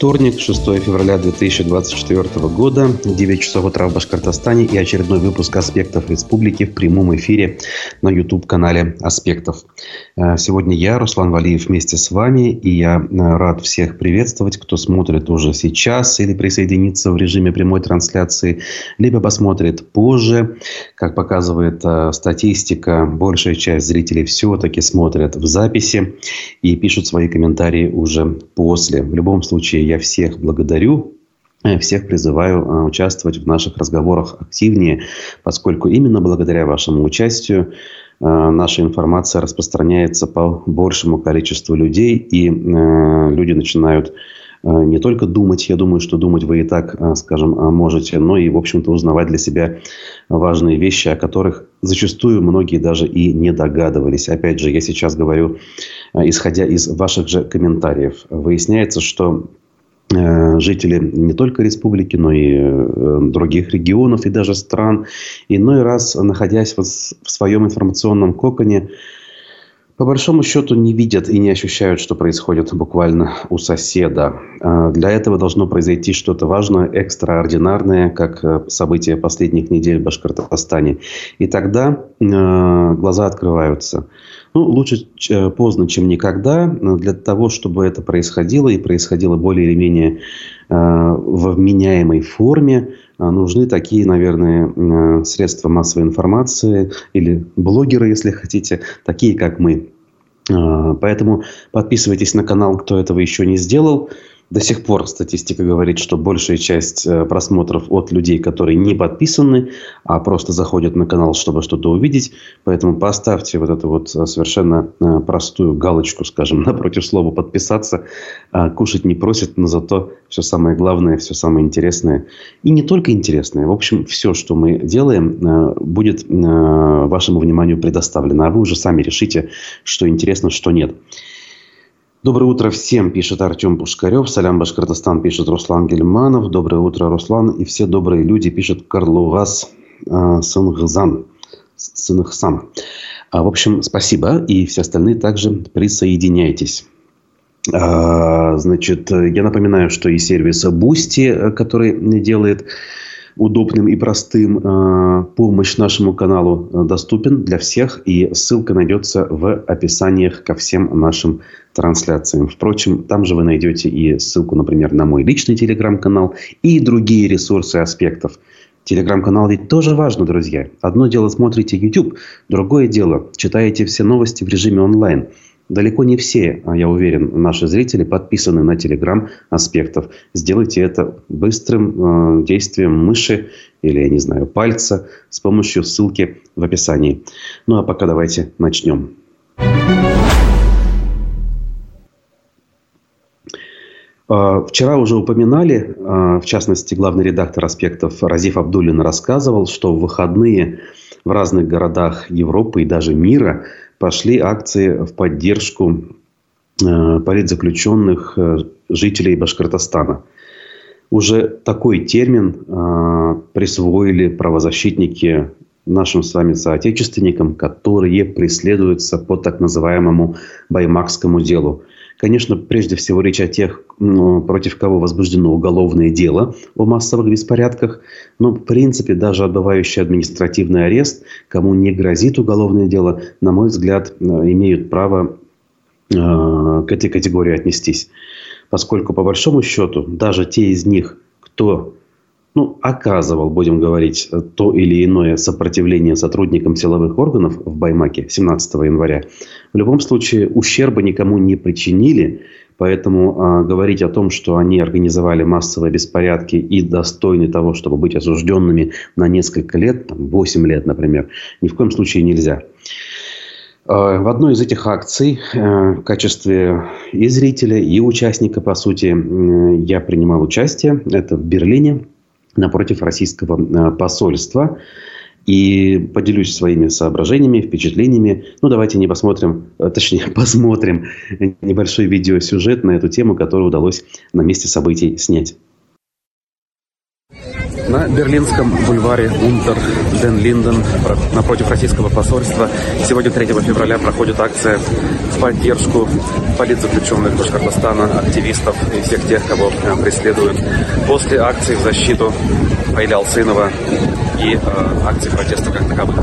вторник, 6 февраля 2024 года, 9 часов утра в Башкортостане и очередной выпуск «Аспектов Республики» в прямом эфире на YouTube-канале «Аспектов». Сегодня я, Руслан Валиев, вместе с вами, и я рад всех приветствовать, кто смотрит уже сейчас или присоединится в режиме прямой трансляции, либо посмотрит позже. Как показывает статистика, большая часть зрителей все-таки смотрят в записи и пишут свои комментарии уже после. В любом случае, я всех благодарю, всех призываю участвовать в наших разговорах активнее, поскольку именно благодаря вашему участию наша информация распространяется по большему количеству людей, и люди начинают не только думать, я думаю, что думать вы и так, скажем, можете, но и, в общем-то, узнавать для себя важные вещи, о которых зачастую многие даже и не догадывались. Опять же, я сейчас говорю, исходя из ваших же комментариев. Выясняется, что жители не только республики, но и других регионов и даже стран, иной раз, находясь в своем информационном коконе, по большому счету не видят и не ощущают, что происходит буквально у соседа. Для этого должно произойти что-то важное, экстраординарное, как события последних недель в Башкортостане. И тогда глаза открываются. Лучше поздно, чем никогда. Для того, чтобы это происходило и происходило более или менее в вменяемой форме, нужны такие, наверное, средства массовой информации или блогеры, если хотите, такие, как мы. Поэтому подписывайтесь на канал, кто этого еще не сделал. До сих пор статистика говорит, что большая часть просмотров от людей, которые не подписаны, а просто заходят на канал, чтобы что-то увидеть. Поэтому поставьте вот эту вот совершенно простую галочку, скажем, напротив слова «подписаться». Кушать не просит, но зато все самое главное, все самое интересное. И не только интересное. В общем, все, что мы делаем, будет вашему вниманию предоставлено. А вы уже сами решите, что интересно, что нет. Доброе утро всем, пишет Артем Пушкарев. Салям, Башкортостан, пишет Руслан Гельманов. Доброе утро, Руслан. И все добрые люди, пишет Карлугас Сынгсан. В общем, спасибо. И все остальные также присоединяйтесь. Значит, я напоминаю, что и сервис Boosty, который делает удобным и простым помощь нашему каналу, доступен для всех. И ссылка найдется в описаниях ко всем нашим трансляциям. Впрочем, там же вы найдете и ссылку, например, на мой личный телеграм-канал и другие ресурсы «Аспектов». Телеграм-канал ведь тоже важно, друзья. Одно дело смотрите YouTube, другое дело читаете все новости в режиме онлайн. Далеко не все, я уверен, наши зрители подписаны на телеграм «Аспектов». Сделайте это быстрым действием мыши или, я не знаю, пальца с помощью ссылки в описании. А пока давайте начнем. Вчера уже упоминали, в частности, главный редактор «Аспектов» Разиф Абдуллин рассказывал, что в выходные в разных городах Европы и даже мира пошли акции в поддержку политзаключенных жителей Башкортостана. Уже такой термин присвоили правозащитники нашим с вами соотечественникам, которые преследуются по так называемому Баймакскому делу. Конечно, прежде всего речь о тех, против кого возбуждено уголовное дело о массовых беспорядках. Но, в принципе, даже отбывающий административный арест, кому не грозит уголовное дело, на мой взгляд, имеют право к этой категории отнестись. Поскольку, по большому счету, даже те из них, кто оказывал, будем говорить, то или иное сопротивление сотрудникам силовых органов в Баймаке 17 января, в любом случае ущерба никому не причинили. Поэтому говорить о том, что они организовали массовые беспорядки и достойны того, чтобы быть осужденными на несколько лет, 8 лет, например, ни в коем случае нельзя. В одной из этих акций в качестве и зрителя, и участника, по сути, я принимал участие. Это в Берлине, напротив российского посольства. И поделюсь своими соображениями, впечатлениями. Давайте посмотрим небольшой видеосюжет на эту тему, который удалось на месте событий снять. На Берлинском бульваре Унтер-ден-Линден напротив российского посольства сегодня, 3 февраля, проходит акция в поддержку политзаключенных Башкортостана, активистов и всех тех, кого преследуют. После акции в защиту Аиля Алсынова и акции протеста как таковых.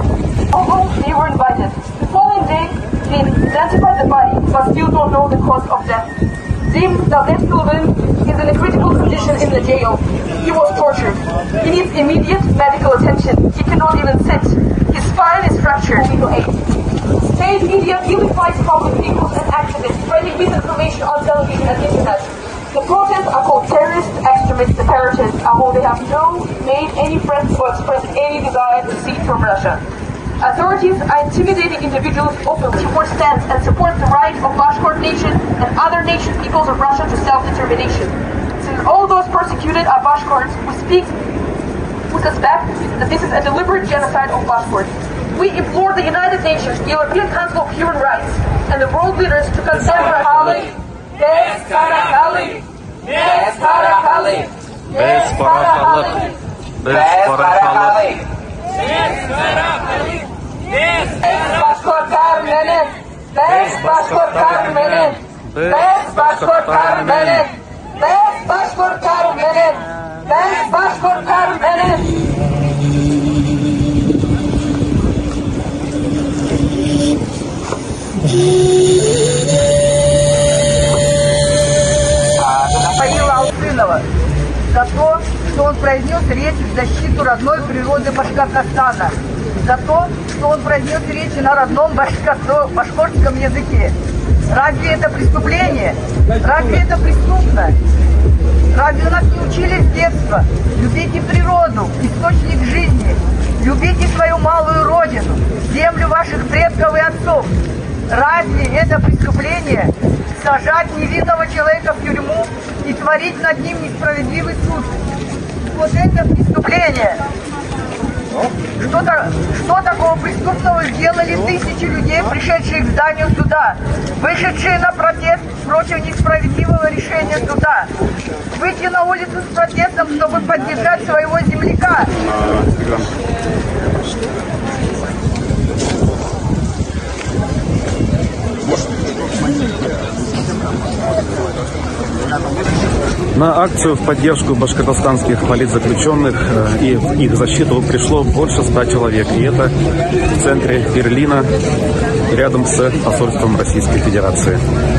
Zim Davletkulvin is in a critical condition in the jail. He was tortured. He needs immediate medical attention. He cannot even sit. His spine is fractured. State media vilifies public figures and activists, spreading misinformation on television and internet. The protests are called terrorist, extremist, separatists, although they have not made any threats or expressed any desire to secede from Russia. Authorities are intimidating individuals openly who stand and support the right of Bashkort nation and other nation peoples of Russia to self-determination. Since all those persecuted are Bashkorts, we suspect that this is a deliberate genocide of Bashkort. We implore the United Nations, the European Council of Human Rights, and the world leaders to condemn Karakali, Bez Karakali, Bez Karakali, Bez Karakali, Bez Karakali, Bez Karakali. Bashkort Karmenet, Bez Bashkort Karmenet, Bez Bashkort Karmenet, Bez Bashkort Karmenet, Bez Bashkort Karmenet. Аиля Алсынова за то, что он произнес речь в защиту родной природы Башкортостана, за то, что он произнес речи на родном башкортском языке. Разве это преступление? Разве это преступно? Разве нас не учили с детства? Любите природу, источник жизни. Любите свою малую родину, землю ваших предков и отцов. Разве это преступление сажать невинного человека в тюрьму и творить над ним несправедливый суд? Вот это преступление. Что такого преступного сделали тысячи людей, пришедшие к зданию суда, вышедшие на протест против несправедливого решения суда? Выйти на улицу с протестом, чтобы поддержать своего земляка. На акцию в поддержку башкортостанских политзаключенных и в их защиту пришло больше 100 человек. И это в центре Берлина, рядом с посольством Российской Федерации.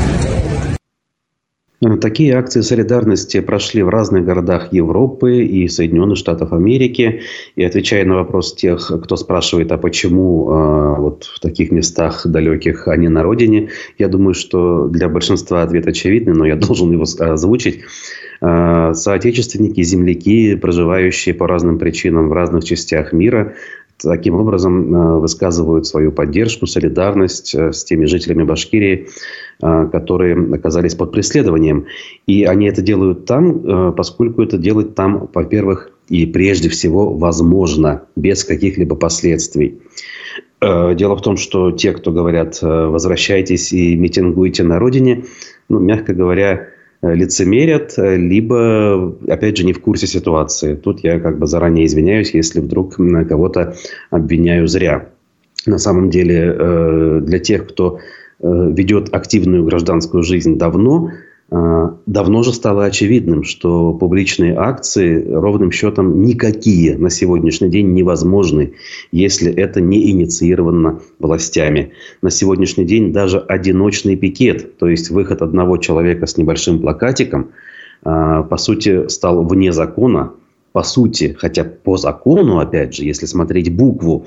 Такие акции солидарности прошли в разных городах Европы и Соединенных Штатов Америки. И отвечая на вопрос тех, кто спрашивает, а почему вот в таких местах далеких, а не на родине, я думаю, что для большинства ответ очевидный, но я должен его озвучить. Соотечественники, земляки, проживающие по разным причинам в разных частях мира, таким образом высказывают свою поддержку, солидарность с теми жителями Башкирии, которые оказались под преследованием. И они это делают там, поскольку это делать там, во-первых, и прежде всего возможно, без каких-либо последствий. Дело в том, что те, кто говорят «возвращайтесь и митингуйте на родине», ну, мягко говоря, лицемерят, либо, опять же, не в курсе ситуации. Тут я как бы заранее извиняюсь, если вдруг кого-то обвиняю зря. На самом деле, для тех, кто ведет активную гражданскую жизнь давно же стало очевидным, что публичные акции ровным счетом никакие на сегодняшний день невозможны, если это не инициировано властями. На сегодняшний день даже одиночный пикет, то есть выход одного человека с небольшим плакатиком, по сути, стал вне закона. По сути, хотя по закону, опять же, если смотреть букву,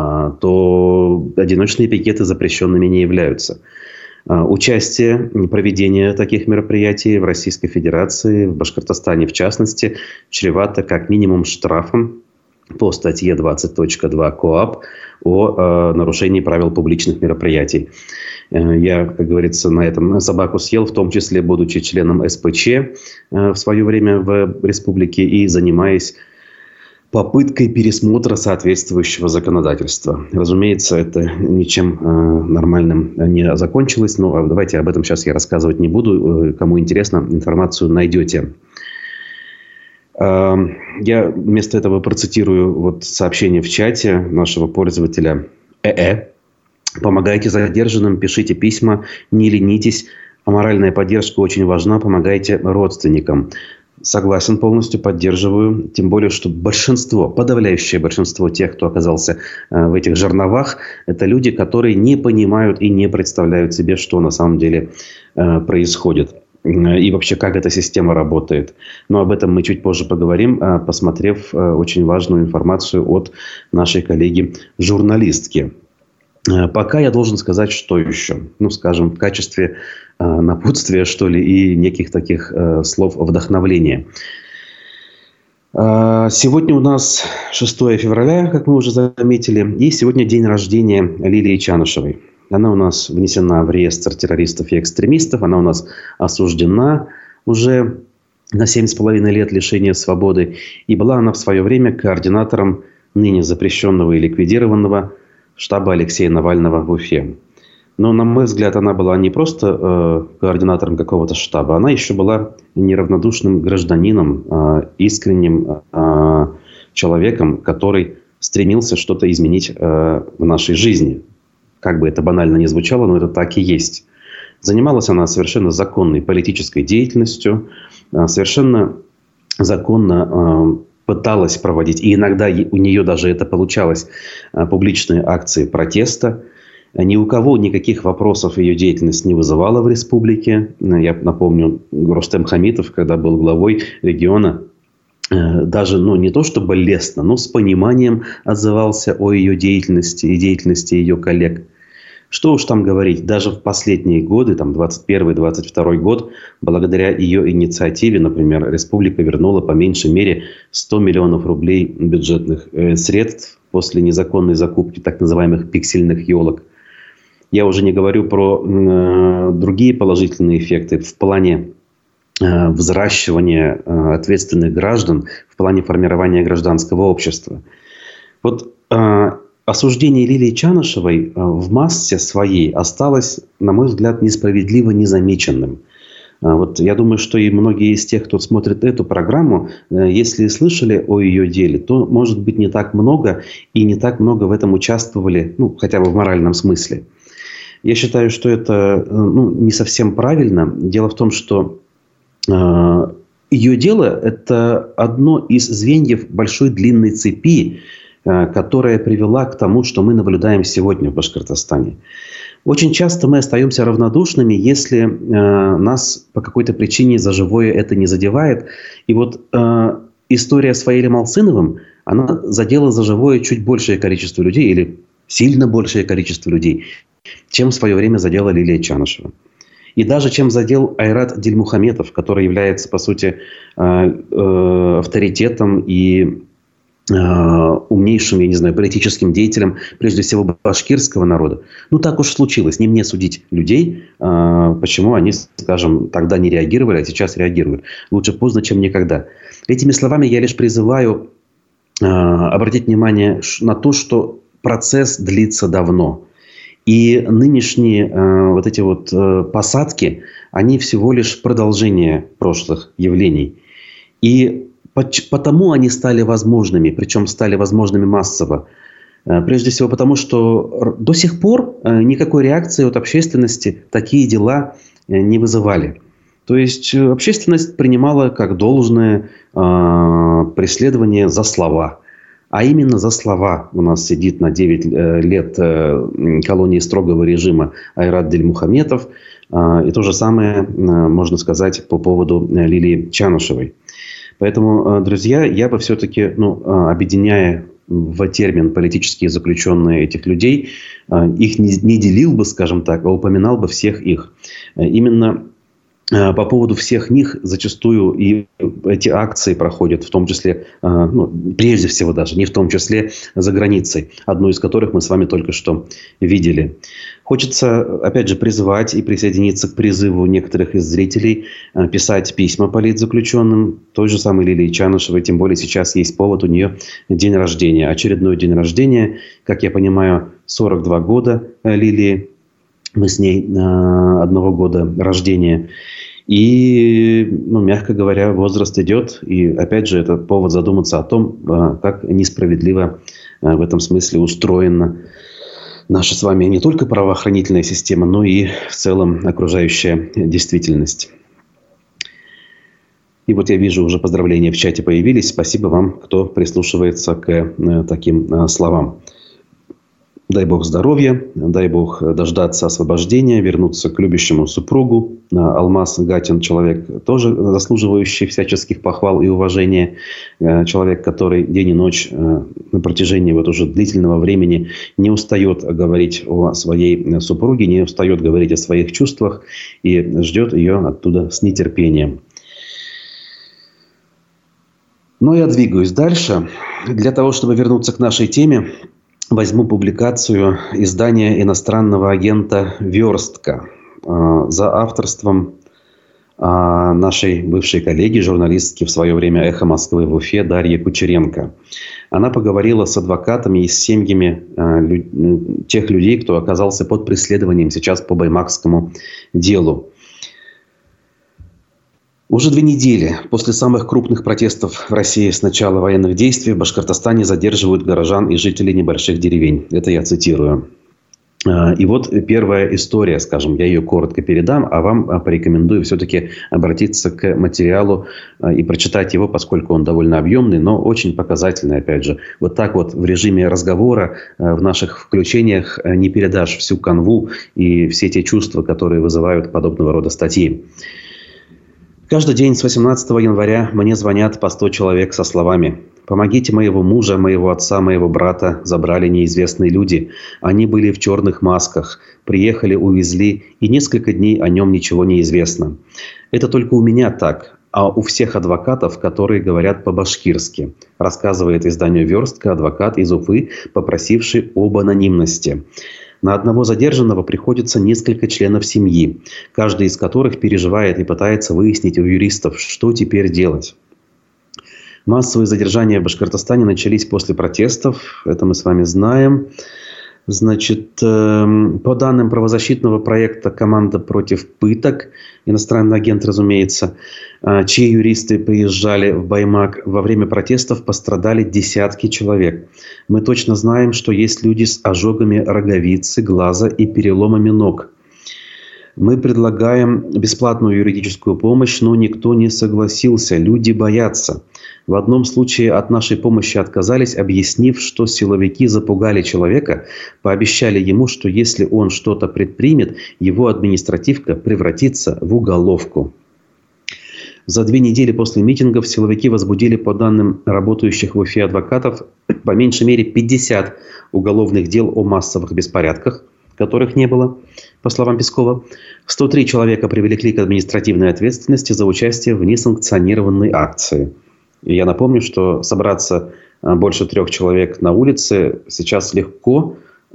то одиночные пикеты запрещенными не являются. Участие, проведение таких мероприятий в Российской Федерации, в Башкортостане в частности, чревато как минимум штрафом по статье 20.2 КоАП о нарушении правил публичных мероприятий. Я, как говорится, на этом собаку съел, в том числе будучи членом СПЧ в свое время в республике и занимаясь попыткой пересмотра соответствующего законодательства. Разумеется, это ничем нормальным не закончилось, но давайте об этом сейчас я рассказывать не буду. Кому интересно, информацию найдете. Я вместо этого процитирую вот сообщение в чате нашего пользователя Помогайте задержанным, пишите письма, не ленитесь. Моральная поддержка очень важна, помогайте родственникам. Согласен, полностью поддерживаю. Тем более, что подавляющее большинство тех, кто оказался в этих жерновах, это люди, которые не понимают и не представляют себе, что на самом деле происходит. И вообще, как эта система работает. Но об этом мы чуть позже поговорим, посмотрев очень важную информацию от нашей коллеги-журналистки. Пока я должен сказать, что еще. Скажем, в качестве напутствия, что ли, и неких таких слов вдохновления. Сегодня у нас 6 февраля, как мы уже заметили, и сегодня день рождения Лилии Чанышевой. Она у нас внесена в реестр террористов и экстремистов, она у нас осуждена уже на 7,5 лет лишения свободы. И была она в свое время координатором ныне запрещенного и ликвидированного штаба Алексея Навального в Уфе. Но, на мой взгляд, она была не просто координатором какого-то штаба, она еще была неравнодушным гражданином, искренним человеком, который стремился что-то изменить в нашей жизни. Как бы это банально ни звучало, но это так и есть. Занималась она совершенно законной политической деятельностью, совершенно законно пыталась проводить, и иногда у нее даже это получалось, публичные акции протеста. Ни у кого никаких вопросов ее деятельность не вызывала в республике. Я напомню, Рустем Хамитов, когда был главой региона, даже не то чтобы лестно, но с пониманием отзывался о ее деятельности и деятельности ее коллег. Что уж там говорить, даже в последние годы, 21-22 год, благодаря ее инициативе, например, республика вернула по меньшей мере 100 миллионов рублей бюджетных средств после незаконной закупки так называемых пиксельных елок. Я уже не говорю про другие положительные эффекты в плане взращивания ответственных граждан, в плане формирования гражданского общества. Вот осуждение Лилии Чанышевой в массе своей осталось, на мой взгляд, несправедливо незамеченным. Вот я думаю, что и многие из тех, кто смотрит эту программу, если слышали о ее деле, то, может быть, не так много и не так много в этом участвовали, хотя бы в моральном смысле. Я считаю, что это не совсем правильно. Дело в том, что ее дело – это одно из звеньев большой длинной цепи, которая привела к тому, что мы наблюдаем сегодня в Башкортостане. Очень часто мы остаемся равнодушными, если нас по какой-то причине за живое это не задевает. И вот история с Фаилем Алсыновым, она задела за живое чуть большее количество людей, или сильно большее количество людей, чем в свое время задела Лилия Чанышева. И даже чем задел Айрат Дильмухаметов, который является, по сути, авторитетом и умнейшим, политическим деятелем, прежде всего, башкирского народа. Так уж случилось. Не мне судить людей, почему они, скажем, тогда не реагировали, а сейчас реагируют. Лучше поздно, чем никогда. Этими словами я лишь призываю обратить внимание на то, что процесс длится давно. И нынешние посадки, они всего лишь продолжение прошлых явлений. И потому они стали возможными, причем стали возможными массово. Прежде всего потому, что до сих пор никакой реакции от общественности такие дела не вызывали. То есть общественность принимала как должное преследование за слова. А именно за слова у нас сидит на 9 лет колонии строгого режима Айрат Дильмухаметов. И то же самое можно сказать по поводу Лилии Чанышевой. Поэтому, друзья, я бы все-таки, объединяя в термин политические заключенные этих людей, их не делил бы, скажем так, а упоминал бы всех их. Именно по поводу всех них зачастую и эти акции проходят, в том числе, прежде всего даже, не в том числе за границей, одну из которых мы с вами только что видели. Хочется, опять же, призвать и присоединиться к призыву некоторых из зрителей писать письма политзаключенным, той же самой Лилии Чанышевой, тем более сейчас есть повод, у нее день рождения, очередной день рождения, как я понимаю, 42 года Лилии, мы с ней одного года рождения. И, мягко говоря, возраст идет. И, опять же, это повод задуматься о том, как несправедливо в этом смысле устроена наша с вами не только правоохранительная система, но и в целом окружающая действительность. И вот я вижу, уже поздравления в чате появились. Спасибо вам, кто прислушивается к таким словам. Дай Бог здоровья, дай Бог дождаться освобождения, вернуться к любящему супругу. Алмаз Гатин — человек тоже заслуживающий всяческих похвал и уважения. Человек, который день и ночь на протяжении вот уже длительного времени не устает говорить о своей супруге, не устает говорить о своих чувствах и ждет ее оттуда с нетерпением. Но я двигаюсь дальше. Для того, чтобы вернуться к нашей теме, возьму публикацию издания иностранного агента «Верстка» за авторством нашей бывшей коллеги, журналистки в свое время «Эхо Москвы» в Уфе Дарьи Кучеренко. Она поговорила с адвокатами и с семьями тех людей, кто оказался под преследованием сейчас по баймакскому делу. Уже 2 недели после самых крупных протестов в России с начала военных действий в Башкортостане задерживают горожан и жителей небольших деревень. Это я цитирую. И вот первая история, скажем, я ее коротко передам, а вам порекомендую все-таки обратиться к материалу и прочитать его, поскольку он довольно объемный, но очень показательный, опять же. Вот так вот в режиме разговора, в наших включениях не передашь всю канву и все те чувства, которые вызывают подобного рода статьи. Каждый день с 18 января мне звонят по 100 человек со словами: «Помогите, моего мужа, моего отца, моего брата забрали неизвестные люди. Они были в черных масках. Приехали, увезли, и несколько дней о нем ничего не известно». Это только у меня так, а у всех адвокатов, которые говорят по-башкирски, рассказывает изданию «Верстка» адвокат из Уфы, попросивший об анонимности. На одного задержанного приходится несколько членов семьи, каждый из которых переживает и пытается выяснить у юристов, что теперь делать. Массовые задержания в Башкортостане начались после протестов, это мы с вами знаем. Значит, по данным правозащитного проекта «Команда против пыток», иностранный агент, разумеется, чьи юристы приезжали в Баймак, во время протестов пострадали десятки человек. Мы точно знаем, что есть люди с ожогами роговицы, глаза и переломами ног. Мы предлагаем бесплатную юридическую помощь, но никто не согласился. Люди боятся. В одном случае от нашей помощи отказались, объяснив, что силовики запугали человека, пообещали ему, что если он что-то предпримет, его административка превратится в уголовку. За 2 недели после митингов силовики возбудили, по данным работающих в Уфе адвокатов, по меньшей мере 50 уголовных дел о массовых беспорядках, которых не было, по словам Пескова. 103 человека привлекли к административной ответственности за участие в несанкционированной акции. И я напомню, что собраться больше 3 человек на улице сейчас легко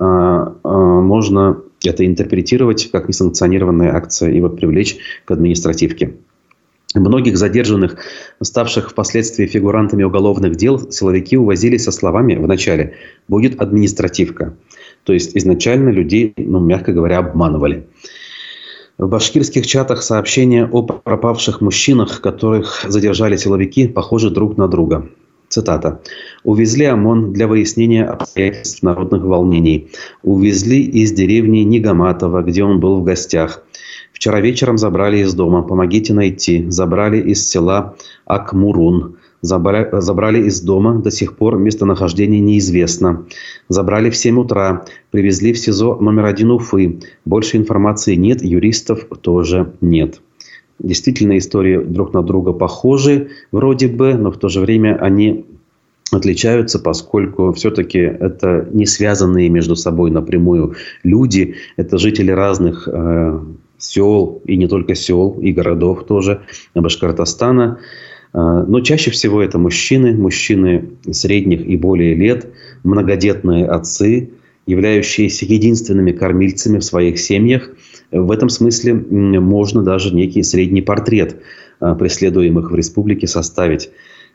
можно это интерпретировать как несанкционированная акция и вот привлечь к административке. Многих задержанных, ставших впоследствии фигурантами уголовных дел, силовики увозили со словами вначале «будет административка». То есть изначально людей, мягко говоря, обманывали. В башкирских чатах сообщения о пропавших мужчинах, которых задержали силовики, похожи друг на друга. Цитата. «Увезли ОМОН для выяснения обстоятельств народных волнений. Увезли из деревни Нигаматова, где он был в гостях. Вчера вечером забрали из дома. Помогите найти. Забрали из села Акмурун. Забрали из дома. До сих пор местонахождение неизвестно. Забрали в 7 утра. Привезли в СИЗО номер 1 Уфы. Больше информации нет. Юристов тоже нет». Действительно, истории друг на друга похожи вроде бы, но в то же время они отличаются, поскольку все-таки это не связанные между собой напрямую люди. Это жители разных сел, и не только сел, и городов тоже Башкортостана. Но чаще всего это мужчины средних и более лет, многодетные отцы, являющиеся единственными кормильцами в своих семьях. В этом смысле можно даже некий средний портрет преследуемых в республике составить.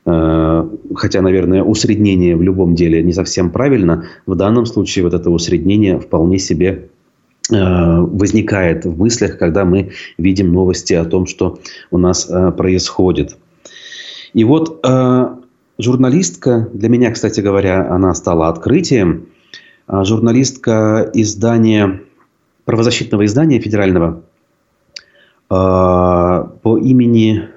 Хотя, наверное, усреднение в любом деле не совсем правильно. В данном случае вот это усреднение вполне себе возникает в мыслях, когда мы видим новости о том, что у нас происходит. И вот журналистка, для меня, кстати говоря, она стала открытием, журналистка правозащитного издания федерального по имени,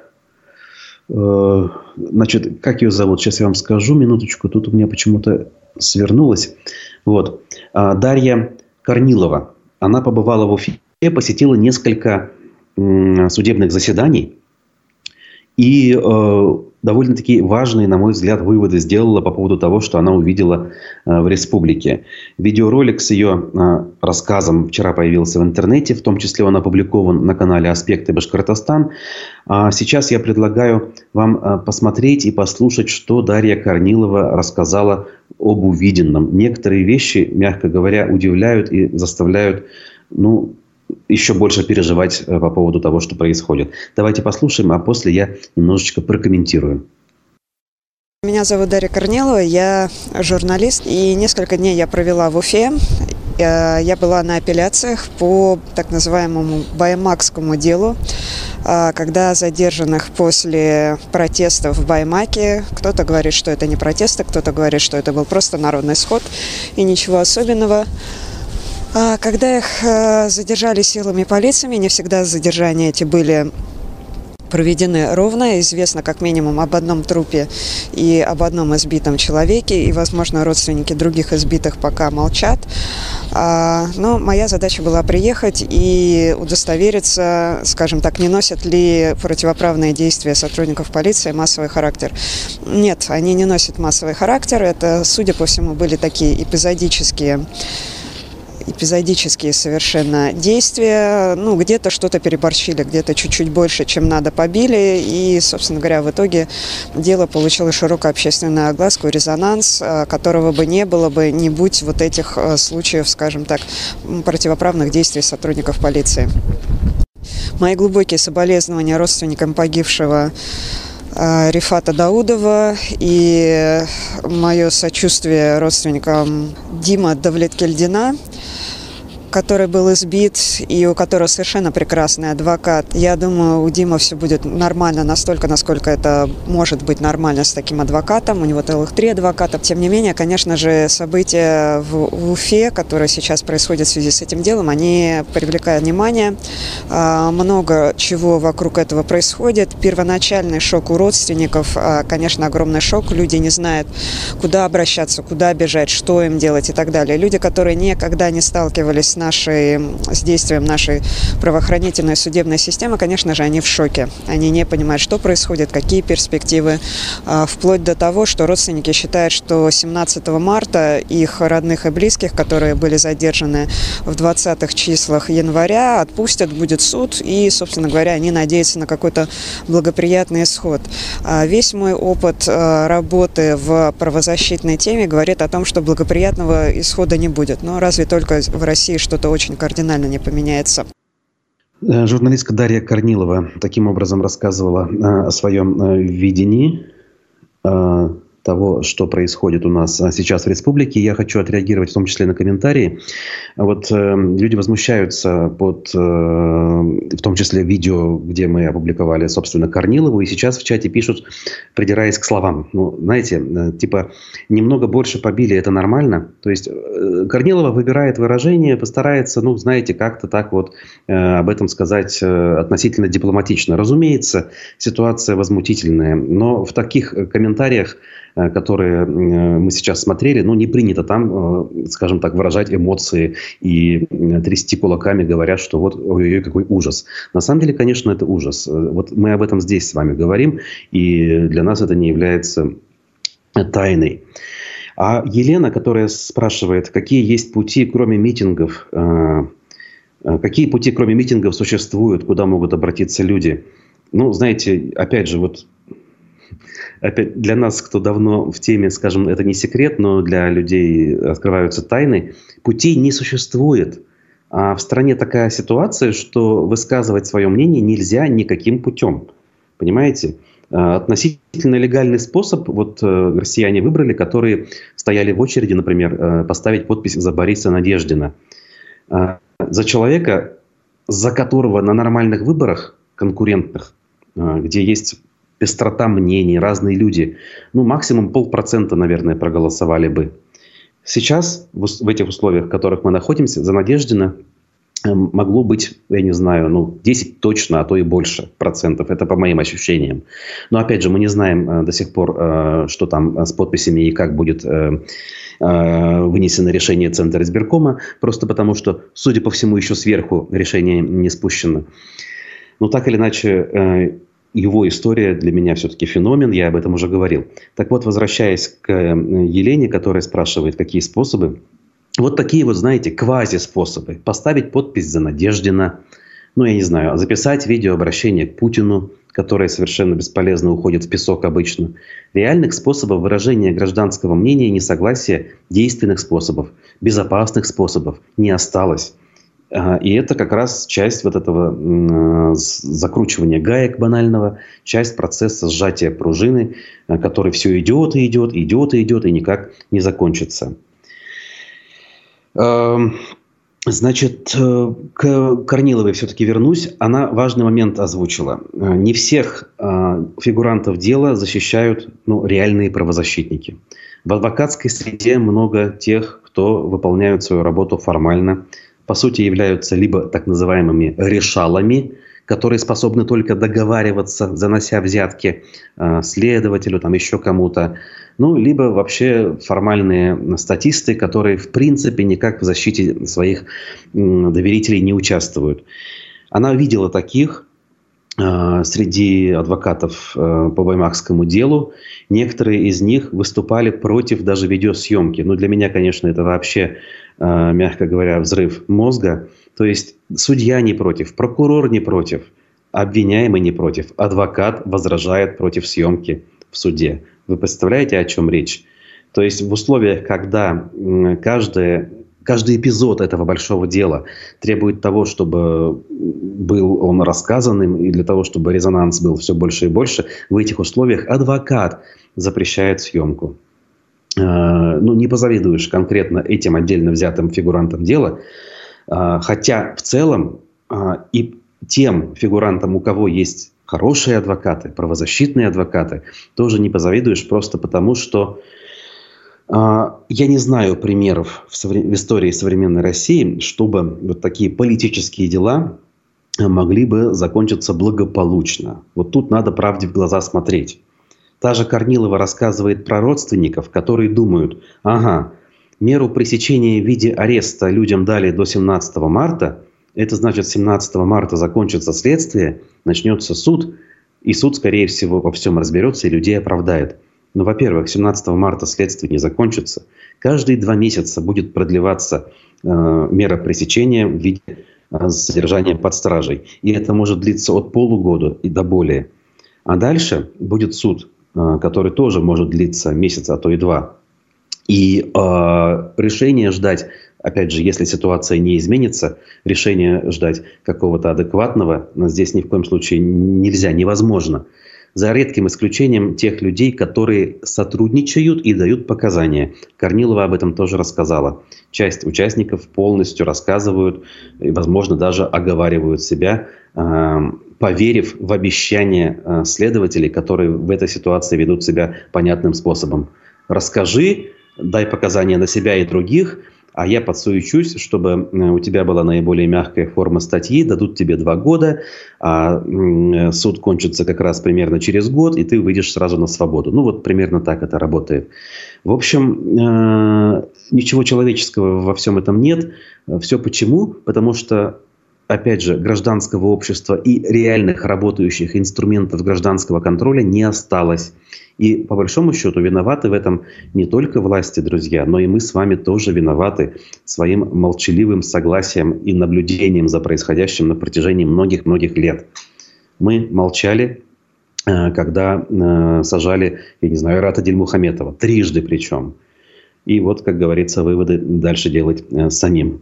значит, как ее зовут, сейчас я вам скажу, минуточку, тут у меня почему-то свернулось. Вот. Дарья Корнилова. Она побывала в Уфе, посетила несколько судебных заседаний и довольно-таки важные, на мой взгляд, выводы сделала по поводу того, что она увидела в республике. Видеоролик с ее рассказом вчера появился в интернете, в том числе он опубликован на канале «Аспекты Башкортостан». Сейчас я предлагаю вам посмотреть и послушать, что Дарья Корнилова рассказала об увиденном. Некоторые вещи, мягко говоря, удивляют и заставляют, еще больше переживать по поводу того, что происходит. Давайте послушаем, а после я немножечко прокомментирую. Меня зовут Дарья Корнилова, я журналист, и несколько дней я провела в Уфе. Я была на апелляциях по так называемому баймакскому делу, когда задержанных после протестов в Баймаке, кто-то говорит, что это не протесты, кто-то говорит, что это был просто народный сход и ничего особенного. Когда их задержали силами полиции, не всегда задержания эти были проведены ровно. Известно как минимум об одном трупе и об одном избитом человеке. И, возможно, родственники других избитых пока молчат. Но моя задача была приехать и удостовериться, скажем так, не носят ли противоправные действия сотрудников полиции массовый характер. Нет, они не носят массовый характер. Это, судя по всему, были такие эпизодические совершенно действия. Где-то что-то переборщили, где-то чуть-чуть больше, чем надо, побили. И, собственно говоря, в итоге дело получило широкую общественную огласку, резонанс, которого бы не было бы, не будь вот этих случаев, скажем так, противоправных действий сотрудников полиции. Мои глубокие соболезнования родственникам погибшего Рифата Даудова и мое сочувствие родственникам Дима Давлеткельдина, который был избит и у которого совершенно прекрасный адвокат. Я думаю, у Димы все будет нормально настолько, насколько это может быть нормально с таким адвокатом. У него целых 3 адвоката. Тем не менее, конечно же, события в Уфе, которые сейчас происходят в связи с этим делом, они привлекают внимание. Много чего вокруг этого происходит. Первоначальный шок у родственников, конечно, огромный шок. Люди не знают, куда обращаться, куда бежать, что им делать и так далее. Люди, которые никогда не сталкивались с действием нашей правоохранительной судебной системы, конечно же, они в шоке. Они не понимают, что происходит, какие перспективы, вплоть до того, что родственники считают, что 17 марта их родных и близких, которые были задержаны в 20-х числах января, отпустят, будет суд, и, собственно говоря, они надеются на какой-то благоприятный исход. Весь мой опыт работы в правозащитной теме говорит о том, что благоприятного исхода не будет. Но разве только в России что-то очень кардинально не поменяется. Журналистка Дарья Корнилова таким образом рассказывала о своем видении того, что происходит у нас сейчас в республике. Я хочу отреагировать в том числе на комментарии. Вот люди возмущаются в том числе видео, где мы опубликовали, собственно, Корнилову, и сейчас в чате пишут, придираясь к словам. Знаете, немного больше побили, это нормально. То есть Корнилова выбирает выражение, постарается, знаете, как-то так вот об этом сказать относительно дипломатично. Разумеется, ситуация возмутительная, но в таких комментариях, которые мы сейчас смотрели, не принято там, скажем так, выражать эмоции и трясти кулаками, говорят, что вот ой-ой-ой, какой ужас. На самом деле, конечно, это ужас. Вот мы об этом здесь с вами говорим, и для нас это не является тайной. А Елена, которая спрашивает, какие есть пути, кроме митингов, существуют, куда могут обратиться люди? Знаете, опять же, для нас, кто давно в теме, скажем, это не секрет, но для людей открываются тайны, путей не существует. А в стране такая ситуация, что высказывать свое мнение нельзя никаким путем. Понимаете? Относительно легальный способ россияне выбрали, которые стояли в очереди, например, поставить подпись за Бориса Надеждина. за человека, за которого на нормальных выборах конкурентных, где есть пестрота мнений, разные люди, ну, максимум 0,5%, наверное, проголосовали бы. Сейчас, в этих условиях, в которых мы находимся, за Надеждина могло быть, я не знаю, ну, 10 точно, а то и больше процентов. Это по моим ощущениям. Но, опять же, мы не знаем до сих пор, что там с подписями и как будет вынесено решение Центра избиркома. Просто потому, что, судя по всему, еще сверху решение не спущено. Но так или иначе, его история для меня все-таки феномен. Я об этом уже говорил. Так вот, возвращаясь к Елене, которая спрашивает, какие способы. Вот такие вот, знаете, квази-способы. Поставить подпись за Надеждина. Ну, я не знаю, записать видеообращение к Путину, которое совершенно бесполезно уходит в песок обычно. Реальных способов выражения гражданского мнения, несогласия, действенных способов, безопасных способов не осталось. И это как раз часть вот этого закручивания гаек банального, часть процесса сжатия пружины, который все идет и идет, идет и идет, и никак не закончится. Значит, к Корниловой все-таки вернусь. Она важный момент озвучила. Не всех фигурантов дела защищают реальные правозащитники. В адвокатской среде много тех, кто выполняют свою работу формально, по сути являются либо так называемыми решалами, которые способны только договариваться, занося взятки следователю, там еще кому-то, либо вообще формальные статисты, которые в принципе никак в защите своих доверителей не участвуют. Она видела таких среди адвокатов по Баймакскому делу. Некоторые из них выступали против даже видеосъемки. Для меня, конечно, это вообще, мягко говоря, взрыв мозга. То есть судья не против, прокурор не против, обвиняемый не против, адвокат возражает против съемки в суде. Вы представляете, о чем речь? То есть в условиях, когда каждый эпизод этого большого дела требует того, чтобы был он рассказанным, и для того, чтобы резонанс был все больше и больше, в этих условиях адвокат запрещает съемку. Не позавидуешь конкретно этим отдельно взятым фигурантам дела, хотя в целом и тем фигурантам, у кого есть хорошие адвокаты, правозащитные адвокаты, тоже не позавидуешь просто потому, что я не знаю примеров в истории современной России, чтобы вот такие политические дела могли бы закончиться благополучно. Вот тут надо правде в глаза смотреть. Та же Корнилова рассказывает про родственников, которые думают, меру пресечения в виде ареста людям дали до 17 марта, это значит, 17 марта закончится следствие, начнется суд, и суд, скорее всего, во всем разберется и людей оправдает. Но, во-первых, 17 марта следствие не закончится. Каждые 2 месяца будет продлеваться мера пресечения в виде содержания под стражей. И это может длиться от полугода и до более. А дальше будет суд, который тоже может длиться месяц, а то и 2. И решение ждать, опять же, если ситуация не изменится, решение ждать какого-то адекватного здесь ни в коем случае нельзя, невозможно. За редким исключением тех людей, которые сотрудничают и дают показания. Корнилова об этом тоже рассказала. Часть участников полностью рассказывают и, возможно, даже оговаривают себя, поверив в обещания следователей, которые в этой ситуации ведут себя понятным способом. Расскажи, дай показания на себя и других, а я подсуечусь, чтобы у тебя была наиболее мягкая форма статьи, дадут тебе 2 года, а суд кончится как раз примерно через год, и ты выйдешь сразу на свободу. Вот примерно так это работает. В общем, ничего человеческого во всем этом нет. Все почему? Потому что, опять же, гражданского общества и реальных работающих инструментов гражданского контроля не осталось. И по большому счету виноваты в этом не только власти, друзья, но и мы с вами тоже виноваты своим молчаливым согласием и наблюдением за происходящим на протяжении многих-многих лет. Мы молчали, когда сажали, я не знаю, Айрата Дильмухаметова, 3 причем. И вот, как говорится, выводы дальше делать самим.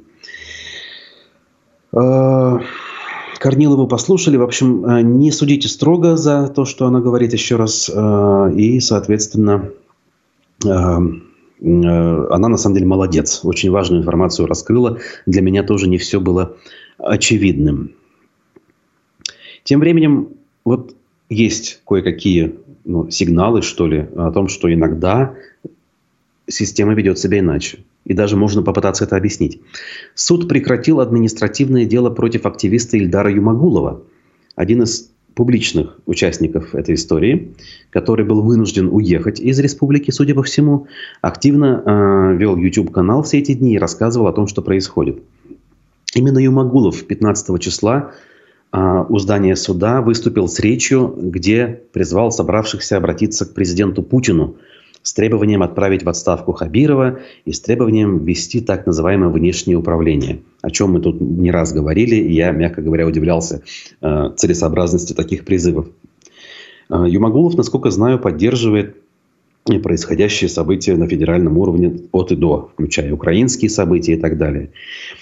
Корнилову послушали. В общем, не судите строго за то, что она говорит еще раз. И, соответственно, она на самом деле молодец. Очень важную информацию раскрыла. Для меня тоже не все было очевидным. Тем временем вот есть кое-какие сигналы, что ли, о том, что иногда система ведет себя иначе. И даже можно попытаться это объяснить. Суд прекратил административное дело против активиста Ильдара Юмагулова, один из публичных участников этой истории, который был вынужден уехать из республики, судя по всему, активно вел YouTube-канал все эти дни и рассказывал о том, что происходит. Именно Юмагулов 15 числа у здания суда выступил с речью, где призвал собравшихся обратиться к президенту Путину с требованием отправить в отставку Хабирова и с требованием ввести так называемое внешнее управление, о чем мы тут не раз говорили, и я, мягко говоря, удивлялся целесообразности таких призывов. Юмагулов, насколько знаю, поддерживает происходящие события на федеральном уровне от и до, включая украинские события и так далее.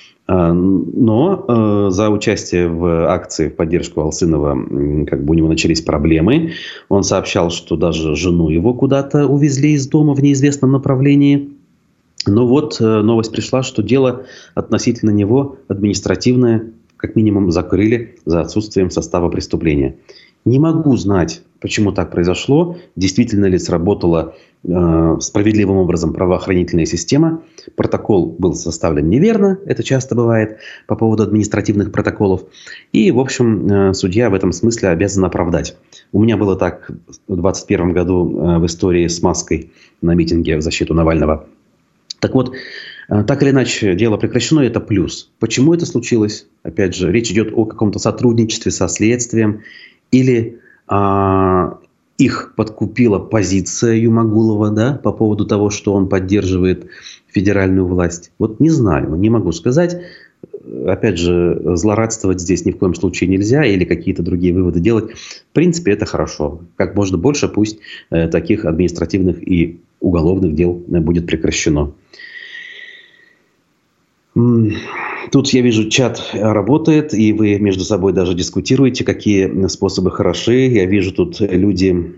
Но за участие в акции в поддержку Алсынова у него начались проблемы. Он сообщал, что даже жену его куда-то увезли из дома в неизвестном направлении. Но вот новость пришла, что дело относительно него административное, как минимум, закрыли за отсутствием состава преступления. Не могу знать, почему так произошло, действительно ли сработала справедливым образом правоохранительная система. Протокол был составлен неверно, это часто бывает по поводу административных протоколов. И, в общем, судья в этом смысле обязан оправдать. У меня было так в 2021 году в истории с маской на митинге в защиту Навального. Так вот, так или иначе, дело прекращено, и это плюс. Почему это случилось? Опять же, речь идет о каком-то сотрудничестве со следствием или их подкупила позиция Юмагулова, да, по поводу того, что он поддерживает федеральную власть. Вот не знаю, не могу сказать. Опять же, злорадствовать здесь ни в коем случае нельзя или какие-то другие выводы делать. В принципе, это хорошо. Как можно больше пусть таких административных и уголовных дел будет прекращено. Тут я вижу, чат работает, и вы между собой даже дискутируете, какие способы хороши. Я вижу, тут люди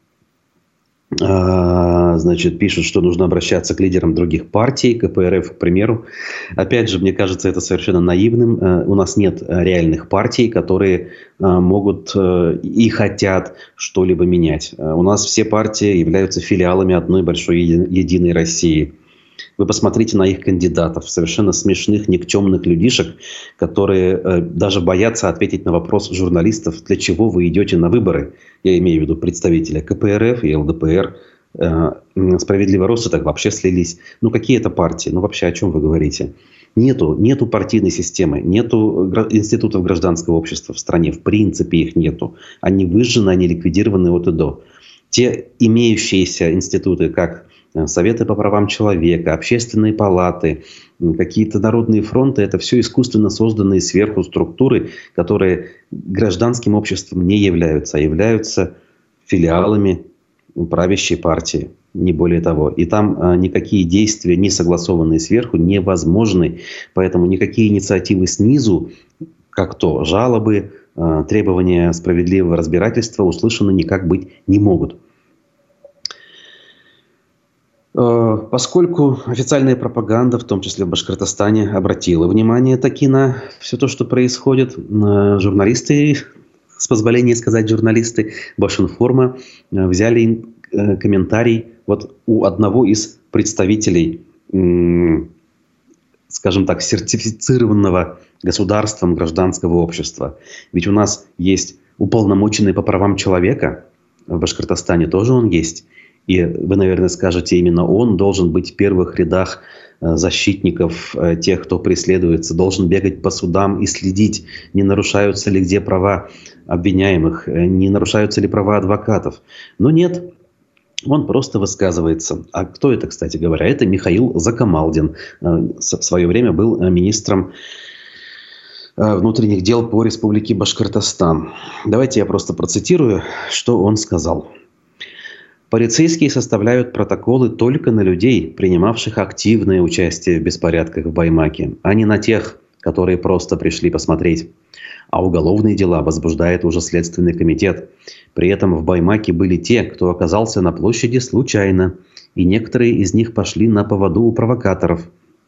пишут, что нужно обращаться к лидерам других партий, КПРФ, к примеру. Опять же, мне кажется, это совершенно наивным. У нас нет реальных партий, которые могут и хотят что-либо менять. У нас все партии являются филиалами одной большой единой России. Вы посмотрите на их кандидатов, совершенно смешных, никчемных людишек, которые даже боятся ответить на вопрос журналистов, для чего вы идете на выборы. Я имею в виду представителя КПРФ и ЛДПР. Справедливый рост так вообще слились. Какие это партии? Вообще о чем вы говорите? Нету партийной системы, нету институтов гражданского общества в стране. В принципе их нету. Они выжжены, они ликвидированы от и до. Те имеющиеся институты, как Советы по правам человека, общественные палаты, какие-то народные фронты, это все искусственно созданные сверху структуры, которые гражданским обществом не являются, а являются филиалами правящей партии, не более того. И там никакие действия, не согласованные сверху, невозможны. Поэтому никакие инициативы снизу, как то жалобы, требования справедливого разбирательства, услышаны никак быть не могут. Поскольку официальная пропаганда, в том числе в Башкортостане, обратила внимание таки на все то, что происходит, журналисты, с позволения сказать журналисты Башинформа, взяли комментарий у одного из представителей, скажем так, сертифицированного государством гражданского общества. Ведь у нас есть уполномоченный по правам человека, в Башкортостане тоже он есть. И вы, наверное, скажете, именно он должен быть в первых рядах защитников тех, кто преследуется, должен бегать по судам и следить, не нарушаются ли где права обвиняемых, не нарушаются ли права адвокатов. Но нет, он просто высказывается. А кто это, кстати говоря? Это Михаил Закамалдин. В свое время был министром внутренних дел по Республике Башкортостан. Давайте я просто процитирую, что он сказал. Полицейские составляют протоколы только на людей, принимавших активное участие в беспорядках в Баймаке, а не на тех, которые просто пришли посмотреть. А уголовные дела возбуждает уже Следственный комитет. При этом в Баймаке были те, кто оказался на площади случайно и некоторые из них пошли на поводу у провокаторов.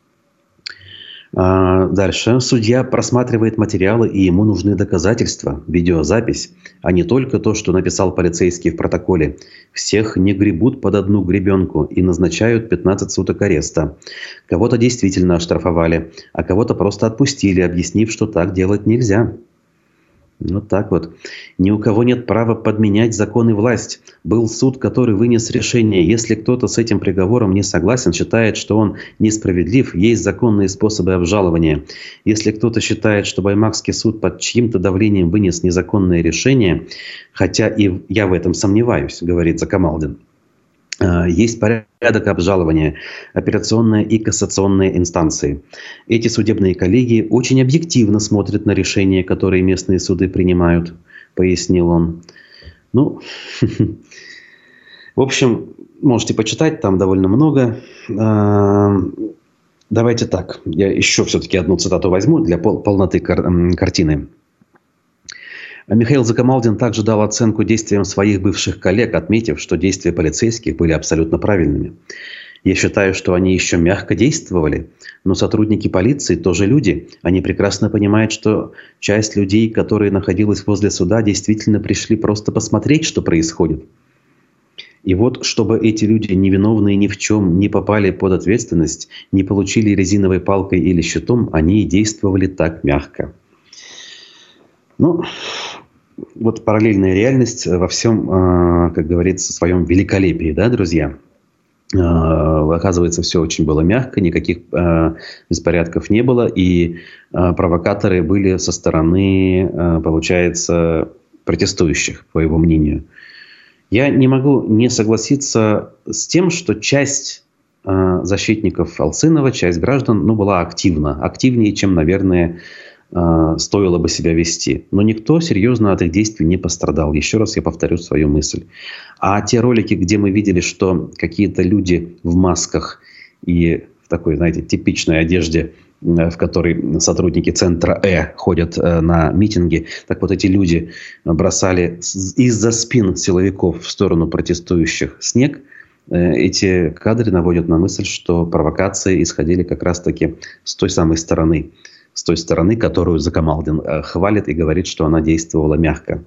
Дальше. Судья просматривает материалы, и ему нужны доказательства, видеозапись, а не только то, что написал полицейский в протоколе. Всех не гребут под одну гребенку и назначают 15 суток ареста. Кого-то действительно оштрафовали, а кого-то просто отпустили, объяснив, что так делать нельзя. Вот так вот. Ни у кого нет права подменять закон и власть. Был суд, который вынес решение. Если кто-то с этим приговором не согласен, считает, что он несправедлив, есть законные способы обжалования. Если кто-то считает, что Баймакский суд под чьим-то давлением вынес незаконное решение, хотя и я в этом сомневаюсь, говорит Закамалдин, есть порядок обжалования, апелляционная и кассационные инстанции. Эти судебные коллегии очень объективно смотрят на решения, которые местные суды принимают, пояснил он. Ну, в общем, можете почитать, там довольно много. Давайте так, я еще все-таки одну цитату возьму для полноты картины. Михаил Закамалдин также дал оценку действиям своих бывших коллег, отметив, что действия полицейских были абсолютно правильными. Я считаю, что они еще мягко действовали, но сотрудники полиции тоже люди. Они прекрасно понимают, что часть людей, которые находились возле суда, действительно пришли просто посмотреть, что происходит. И вот, чтобы эти люди, невиновные ни в чем, не попали под ответственность, не получили резиновой палкой или щитом, они и действовали так мягко. Ну, вот параллельная реальность во всем, как говорится, своем великолепии, да, друзья? Оказывается, все очень было мягко, никаких беспорядков не было, и провокаторы были со стороны, получается, протестующих, по его мнению. Я не могу не согласиться с тем, что часть защитников Алцинова, часть граждан, была активна, активнее, чем, наверное, стоило бы себя вести. Но никто серьезно от их действий не пострадал. Еще раз я повторю свою мысль. А те ролики, где мы видели, что какие-то люди в масках и в такой, знаете, типичной одежде, в которой сотрудники центра ходят на митинги, так вот эти люди бросали из-за спин силовиков в сторону протестующих снег. Эти кадры наводят на мысль, что провокации исходили как раз-таки с той самой стороны. С той стороны, которую Закамалдин хвалит и говорит, что она действовала мягко.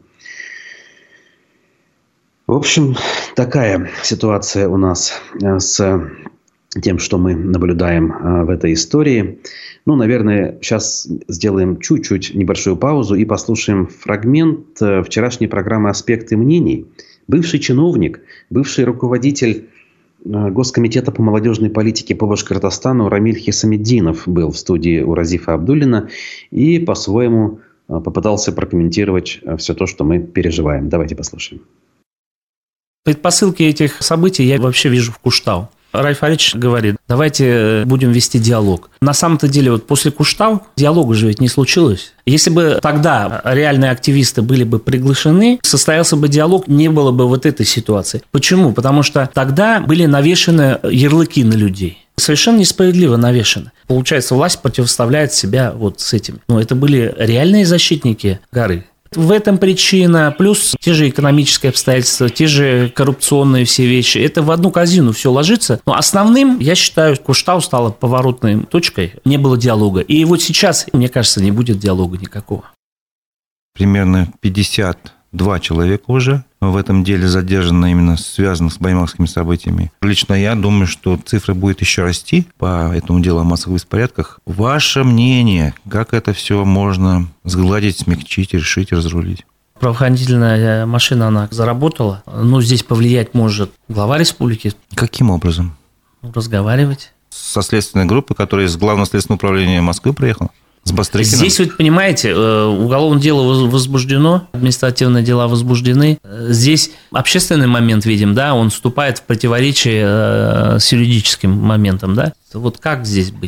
В общем, такая ситуация у нас с тем, что мы наблюдаем в этой истории. Наверное, сейчас сделаем чуть-чуть небольшую паузу и послушаем фрагмент вчерашней программы «Аспекты мнений». Бывший чиновник, бывший руководитель Госкомитета по молодежной политике по Башкортостану Рамиль Хисамиддинов был в студии у Разифа Абдуллина и по-своему попытался прокомментировать все то, что мы переживаем. Давайте послушаем. Предпосылки этих событий я вообще вижу в Куштау. Раиль Фаритович говорит, давайте будем вести диалог. На самом-то деле, вот после Куштау диалога же ведь не случилось. Если бы тогда реальные активисты были бы приглашены, состоялся бы диалог, не было бы вот этой ситуации. Почему? Потому что тогда были навешаны ярлыки на людей. Совершенно несправедливо навешаны. Получается, власть противоставляет себя вот с этим. Но это были реальные защитники горы. В этом причина, плюс те же экономические обстоятельства, те же коррупционные все вещи. Это в одну корзину все ложится. Но основным, я считаю, Куштау стала поворотной точкой. Не было диалога. И вот сейчас, мне кажется, не будет диалога никакого. Примерно 52 человека уже в этом деле задержано, именно связанных с баймакскими событиями. Лично я думаю, что цифра будет еще расти по этому делу о массовых беспорядках. Ваше мнение, как это все можно сгладить, смягчить, решить, разрулить? Правоохранительная машина, она заработала. Но здесь повлиять может глава республики. Каким образом? Разговаривать. Со следственной группы, которая из Главного следственного управления Москвы приехала? С Бастрыкиным? Здесь, вы понимаете, уголовное дело возбуждено, административные дела возбуждены. Здесь общественный момент, видим, да, он вступает в противоречие с юридическим моментом, да. Вот как здесь быть?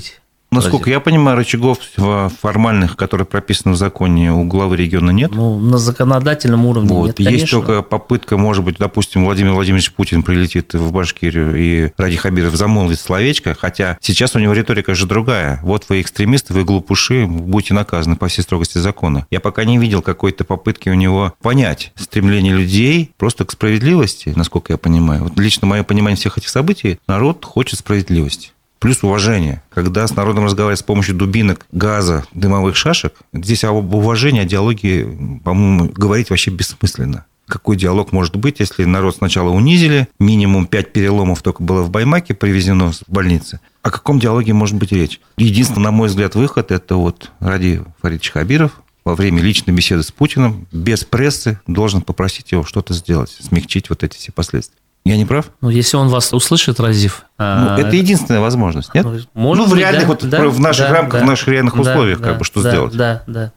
Насколько я понимаю, рычагов формальных, которые прописаны в законе, у главы региона нет. Ну, на законодательном уровне нет, конечно. Есть только попытка, может быть, допустим, Владимир Владимирович Путин прилетит в Башкирию, и Ради Хабиров замолвит словечко, хотя сейчас у него риторика же другая. Вот вы экстремисты, вы глупыши, будете наказаны по всей строгости закона. Я пока не видел какой-то попытки у него понять стремление людей просто к справедливости, насколько я понимаю. Вот лично мое понимание всех этих событий, народ хочет справедливости. Плюс уважение. Когда с народом разговаривать с помощью дубинок, газа, дымовых шашек, здесь об уважении, о диалоге, по-моему, говорить вообще бессмысленно. Какой диалог может быть, если народ сначала унизили, минимум 5 переломов только было в Баймаке привезено в больнице. О каком диалоге может быть речь? Единственный, на мой взгляд, выход – это вот Ради Фаридович Хабиров во время личной беседы с Путиным, без прессы, должен попросить его что-то сделать, смягчить вот эти все последствия. Я не прав? Ну, если он вас услышит, Разив... это единственная возможность, нет? Может в быть, реальных, в наших рамках, в наших реальных условиях, что сделать? Да.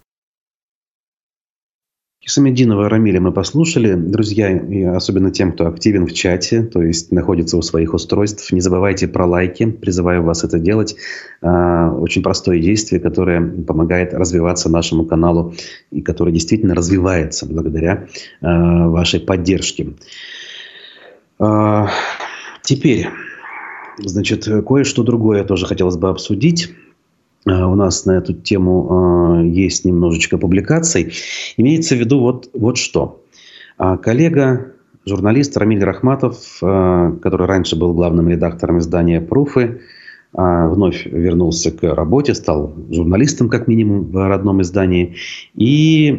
Хисамиддинова Рамиля мы послушали. Друзья, и особенно тем, кто активен в чате, то есть находится у своих устройств, не забывайте про лайки. Призываю вас это делать. Очень простое действие, которое помогает развиваться нашему каналу и которое действительно развивается благодаря вашей поддержке. Теперь, значит, кое-что другое тоже хотелось бы обсудить. У нас на эту тему есть немножечко публикаций. Имеется в виду вот что. Коллега, журналист Рамиль Рахматов, который раньше был главным редактором издания «Пруфы», вновь вернулся к работе, стал журналистом, как минимум, в родном издании. И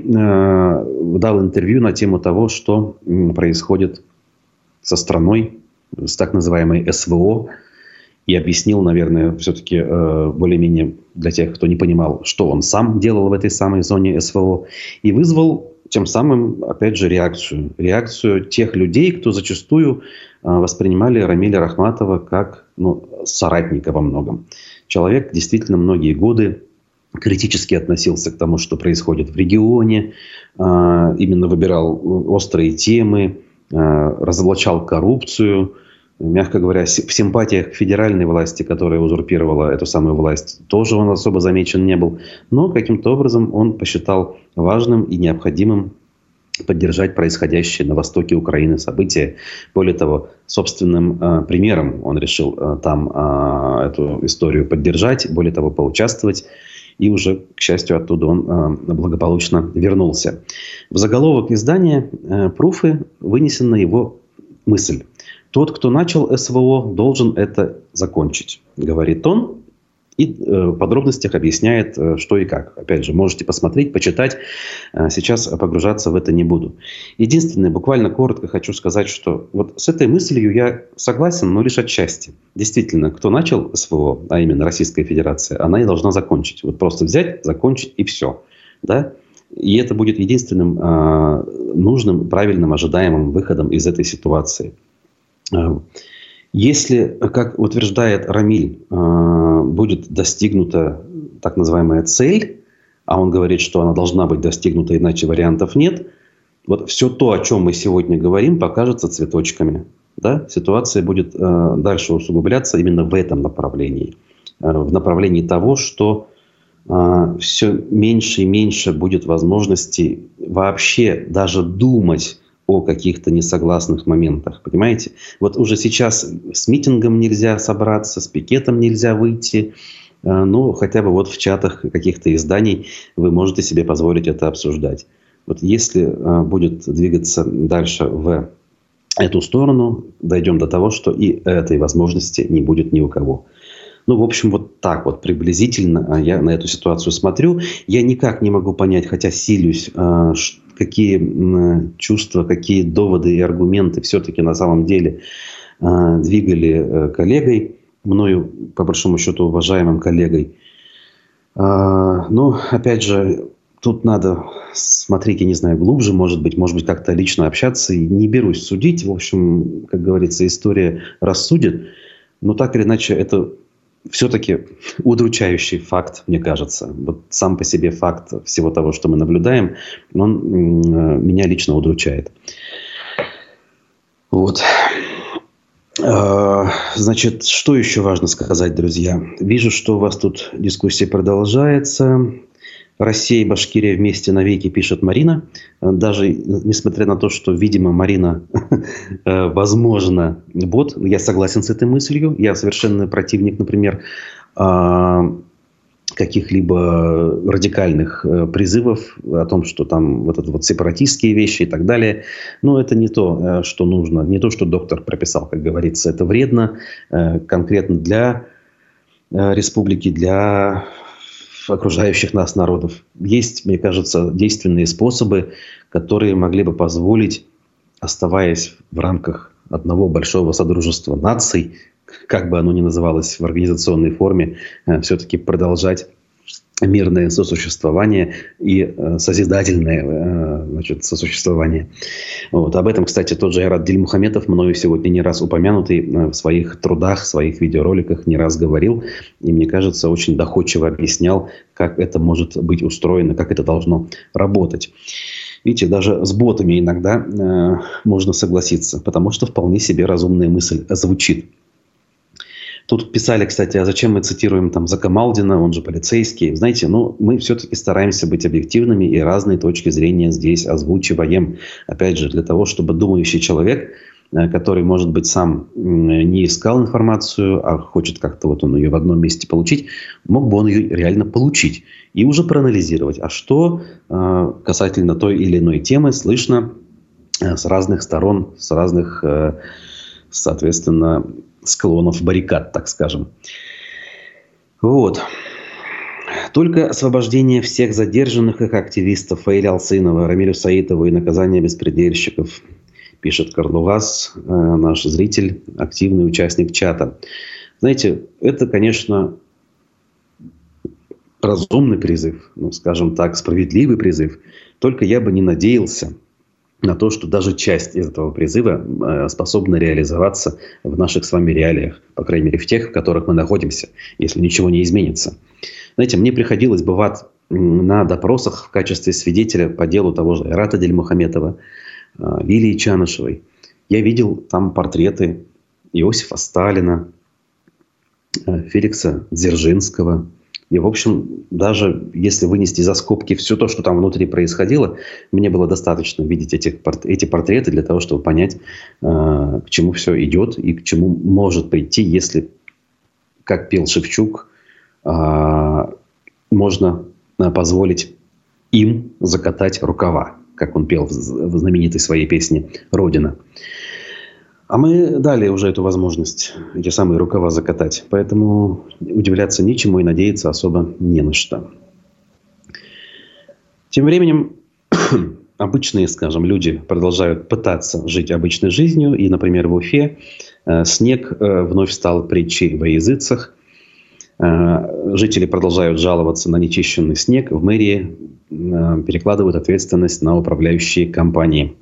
дал интервью на тему того, что происходит со страной, с так называемой СВО, и объяснил, наверное, все-таки более-менее для тех, кто не понимал, что он сам делал в этой самой зоне СВО, и вызвал тем самым, опять же, реакцию тех людей, кто зачастую воспринимали Рамиля Рахматова как соратника во многом. Человек действительно многие годы критически относился к тому, что происходит в регионе, именно выбирал острые темы, разоблачал коррупцию. Мягко говоря, в симпатиях к федеральной власти, которая узурпировала эту самую власть, тоже он особо замечен не был. Но каким-то образом он посчитал важным и необходимым поддержать происходящее на востоке Украины события. Более того, собственным примером он решил там эту историю поддержать, более того, поучаствовать. И уже, к счастью, оттуда он благополучно вернулся. В заголовок издания «Пруфы» вынесена его мысль. «Тот, кто начал СВО, должен это закончить», говорит он. И в подробностях объясняет, что и как. Опять же, можете посмотреть, почитать. Сейчас погружаться в это не буду. Единственное, буквально коротко хочу сказать, что вот с этой мыслью я согласен, но лишь отчасти. Действительно, кто начал СВО, а именно Российская Федерация, она и должна закончить. Вот просто взять, закончить и все. Да? И это будет единственным нужным, правильным, ожидаемым выходом из этой ситуации. Если, как утверждает Рамиль, будет достигнута так называемая цель, а он говорит, что она должна быть достигнута, иначе вариантов нет, вот все то, о чем мы сегодня говорим, покажется цветочками. Да? Ситуация будет дальше усугубляться именно в этом направлении. В направлении того, что все меньше и меньше будет возможности вообще даже думать о каких-то несогласных моментах. Понимаете? Вот уже сейчас с митингом нельзя собраться, с пикетом нельзя выйти. Ну, хотя бы вот в чатах каких-то изданий вы можете себе позволить это обсуждать. Вот если будет двигаться дальше в эту сторону, дойдем до того, что и этой возможности не будет ни у кого. Ну, в общем, вот так вот приблизительно я на эту ситуацию смотрю. Я никак не могу понять, хотя силюсь, какие чувства, какие доводы и аргументы все-таки на самом деле двигали коллегой, мною, по большому счету, уважаемым коллегой. Но, опять же, тут надо смотреть, я не знаю, глубже, может быть, как-то лично общаться. И не берусь судить. В общем, как говорится, история рассудит. Но так или иначе, это все-таки удручающий факт, мне кажется. Вот сам по себе факт всего того, что мы наблюдаем, он меня лично удручает. Вот. Значит, что еще важно сказать, друзья? Вижу, что у вас тут дискуссия продолжается. Россия и Башкирия вместе навеки, пишет Марина. Даже несмотря на то, что, видимо, Марина, возможно, бот. Я согласен с этой мыслью. Я совершенно противник, например, каких-либо радикальных призывов о том, что там вот это вот сепаратистские вещи и так далее. Но это не то, что нужно, не то, что доктор прописал, как говорится. Это вредно конкретно для республики, для окружающих нас народов. Есть, мне кажется, действенные способы, которые могли бы позволить, оставаясь в рамках одного большого содружества наций, как бы оно ни называлось в организационной форме, все-таки продолжать мирное сосуществование и созидательное, значит, сосуществование. Вот. Об этом, кстати, тот же Айрат Дильмухаметов, мною сегодня не раз упомянутый, в своих трудах, в своих видеороликах не раз говорил. И, мне кажется, очень доходчиво объяснял, как это может быть устроено, как это должно работать. Видите, даже с ботами иногда можно согласиться, потому что вполне себе разумная мысль звучит. Тут писали, кстати, а зачем мы цитируем там Закамалдина, он же полицейский. Знаете, мы все-таки стараемся быть объективными и разные точки зрения здесь озвучиваем. Опять же, для того, чтобы думающий человек, который, может быть, сам не искал информацию, а хочет как-то вот он ее в одном месте получить, мог бы он ее реально получить и уже проанализировать. А что касательно той или иной темы слышно с разных сторон, с разных, соответственно, склонов баррикад, так скажем. Вот. Только освобождение всех задержанных их активистов Фаиля Алсынова, Рамиля Саитова и наказание беспредельщиков, пишет Карлугас, наш зритель, активный участник чата. Знаете, это, конечно, разумный призыв, скажем так, справедливый призыв. Только я бы не надеялся на то, что даже часть из этого призыва способна реализоваться в наших с вами реалиях, по крайней мере, в тех, в которых мы находимся, если ничего не изменится. Знаете, мне приходилось бывать на допросах в качестве свидетеля по делу того же Айрата Дильмухаметова, Лилии Чанышевой. Я видел там портреты Иосифа Сталина, Феликса Дзержинского. И, в общем, даже если вынести за скобки все то, что там внутри происходило, мне было достаточно видеть эти портреты для того, чтобы понять, к чему все идет и к чему может прийти, если, как пел Шевчук, можно позволить им закатать рукава, как он пел в знаменитой своей песне «Родина». А мы дали уже эту возможность, эти самые рукава закатать. Поэтому удивляться нечему и надеяться особо не на что. Тем временем обычные, скажем, люди продолжают пытаться жить обычной жизнью. И, например, в Уфе снег вновь стал притчей во языцах. Жители продолжают жаловаться на нечищенный снег. В мэрии перекладывают ответственность на управляющие компании.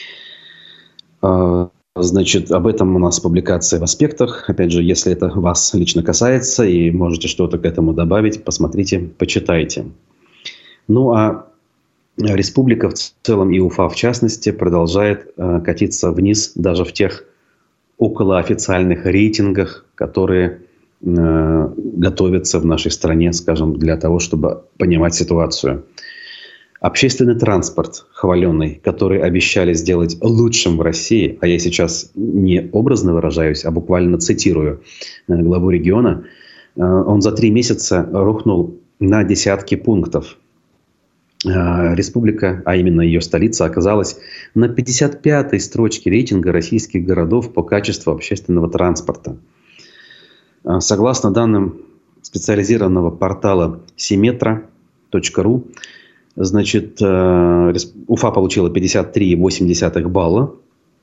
Значит, об этом у нас публикация в «Аспектах». Опять же, если это вас лично касается и можете что-то к этому добавить, посмотрите, почитайте. Ну, а республика в целом и Уфа в частности продолжает катиться вниз даже в тех околоофициальных рейтингах, которые готовятся в нашей стране, скажем, для того, чтобы понимать ситуацию. Общественный транспорт хваленый, который обещали сделать лучшим в России, а я сейчас не образно выражаюсь, а буквально цитирую главу региона, он за 3 месяца рухнул на десятки пунктов. Республика, а именно ее столица, оказалась на 55-й строчке рейтинга российских городов по качеству общественного транспорта. Согласно данным специализированного портала simetra.ru, значит, Уфа получила 53,8 балла.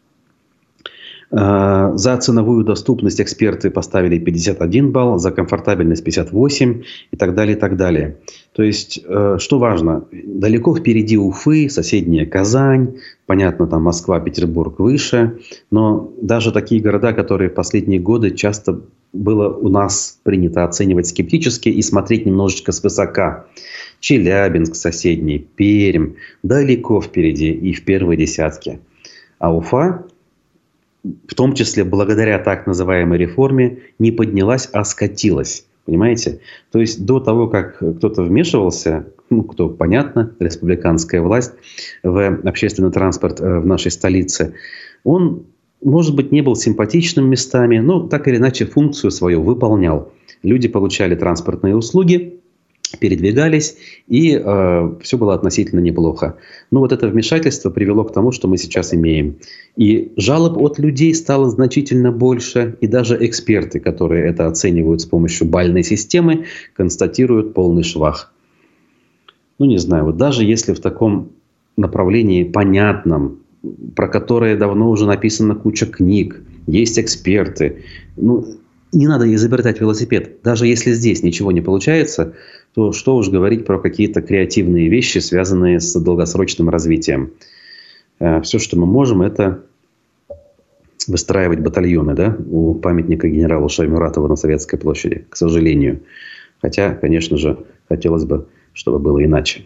За ценовую доступность эксперты поставили 51 балл, за комфортабельность 58 и так далее, и так далее. То есть, что важно, далеко впереди Уфы, соседняя Казань, понятно, там Москва, Петербург выше, но даже такие города, которые в последние годы часто было у нас принято оценивать скептически и смотреть немножечко свысока. Челябинск соседний, Пермь, далеко впереди и в первой десятке. А Уфа в том числе благодаря так называемой реформе, не поднялась, а скатилась. Понимаете? То есть до того, как кто-то вмешивался, кто, понятно, республиканская власть, в общественный транспорт в нашей столице, он, может быть, не был симпатичным местами, но так или иначе функцию свою выполнял. Люди получали транспортные услуги, передвигались, и все было относительно неплохо. Но вот это вмешательство привело к тому, что мы сейчас имеем. И жалоб от людей стало значительно больше, и даже эксперты, которые это оценивают с помощью бальной системы, констатируют полный швах. Не знаю, вот даже если в таком направлении понятном, про которое давно уже написана куча книг, есть эксперты, не надо изобретать велосипед. Даже если здесь ничего не получается, то что уж говорить про какие-то креативные вещи, связанные с долгосрочным развитием. Все, что мы можем, это выстраивать батальоны, да, у памятника генералу Шаймуратову на Советской площади, к сожалению. Хотя, конечно же, хотелось бы, чтобы было иначе.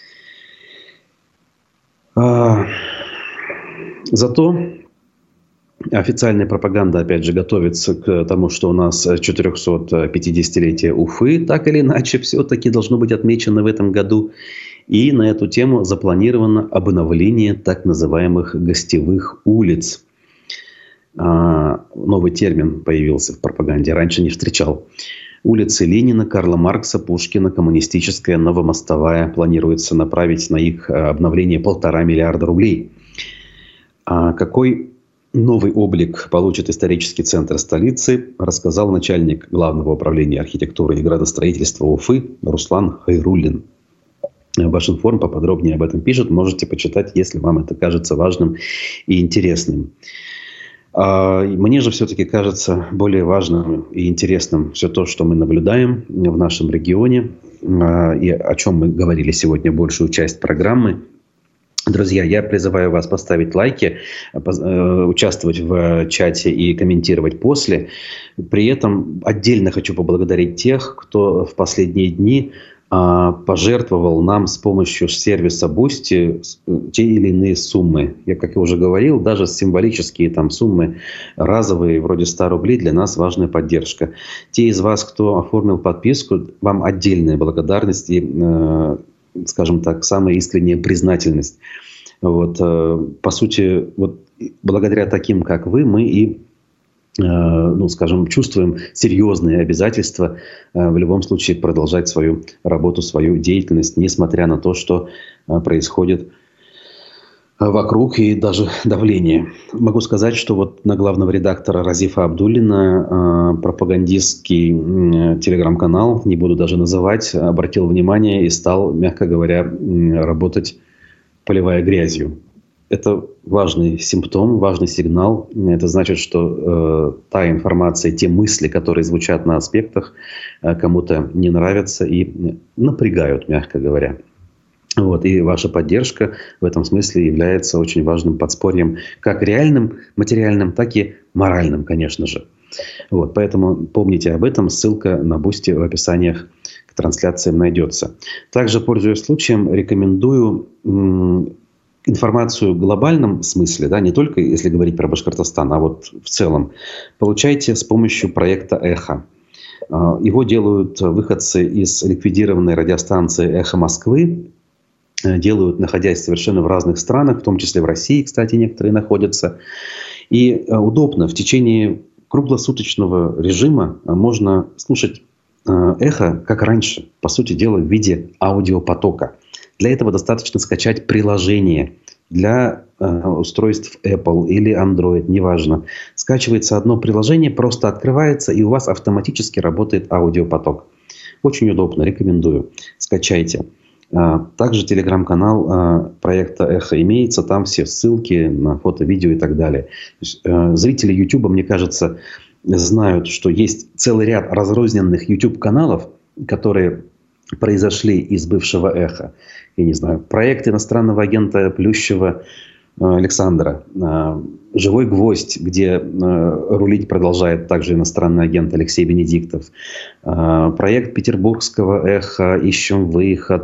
Зато официальная пропаганда, опять же, готовится к тому, что у нас 450-летие Уфы, так или иначе, все-таки должно быть отмечено в этом году. И на эту тему запланировано обновление так называемых гостевых улиц. Новый термин появился в пропаганде, раньше не встречал. Улицы Ленина, Карла Маркса, Пушкина, Коммунистическая, Новомостовая. Планируется направить на их обновление 1,5 миллиарда рублей. Какой новый облик получит исторический центр столицы, рассказал начальник Главного управления архитектуры и градостроительства Уфы Руслан Хайруллин. Башинформ поподробнее об этом пишет. Можете почитать, если вам это кажется важным и интересным. Мне же все-таки кажется более важным и интересным все то, что мы наблюдаем в нашем регионе, и о чем мы говорили сегодня большую часть программы. Друзья, я призываю вас поставить лайки, участвовать в чате и комментировать после. При этом отдельно хочу поблагодарить тех, кто в последние дни пожертвовал нам с помощью сервиса Boosty те или иные суммы. Я, как я уже говорил, даже символические суммы разовые, вроде 100 рублей, для нас важная поддержка. Те из вас, кто оформил подписку, вам отдельная благодарность и, скажем так, самая искренняя признательность. По сути, благодаря таким, как вы, мы и чувствуем серьезные обязательства в любом случае продолжать свою работу, свою деятельность, несмотря на то, что происходит вокруг и даже давление. Могу сказать, что на главного редактора Разифа Абдуллина пропагандистский телеграм-канал, не буду даже называть, обратил внимание и стал, мягко говоря, работать поливая грязью. Это важный симптом, важный сигнал. Это значит, что та информация, те мысли, которые звучат на аспектах, кому-то не нравятся и напрягают, мягко говоря. И ваша поддержка в этом смысле является очень важным подспорьем, как реальным, материальным, так и моральным, конечно же. Поэтому помните об этом. Ссылка на Boosty в описаниях к трансляциям найдется. Также, пользуясь случаем, рекомендую информацию в глобальном смысле, не только если говорить про Башкортостан, а в целом, получайте с помощью проекта «Эхо». Его делают выходцы из ликвидированной радиостанции «Эхо Москвы». Делают, находясь совершенно в разных странах, в том числе в России, кстати, некоторые находятся. И удобно. В течение круглосуточного режима можно слушать «Эхо», как раньше, по сути дела, в виде аудиопотока. Для этого достаточно скачать приложение для устройств Apple или Android, неважно. Скачивается одно приложение, просто открывается, и у вас автоматически работает аудиопоток. Очень удобно, рекомендую. Скачайте. Также телеграм-канал проекта «Эхо» имеется. Там все ссылки на фото, видео и так далее. Зрители YouTube, мне кажется, знают, что есть целый ряд разрозненных YouTube-каналов, которые произошли из бывшего «Эхо». Я не знаю, проект иностранного агента Плющева Александра, «Живой гвоздь», где рулить продолжает также иностранный агент Алексей Венедиктов, проект петербургского «Эхо», «Ищем выход»,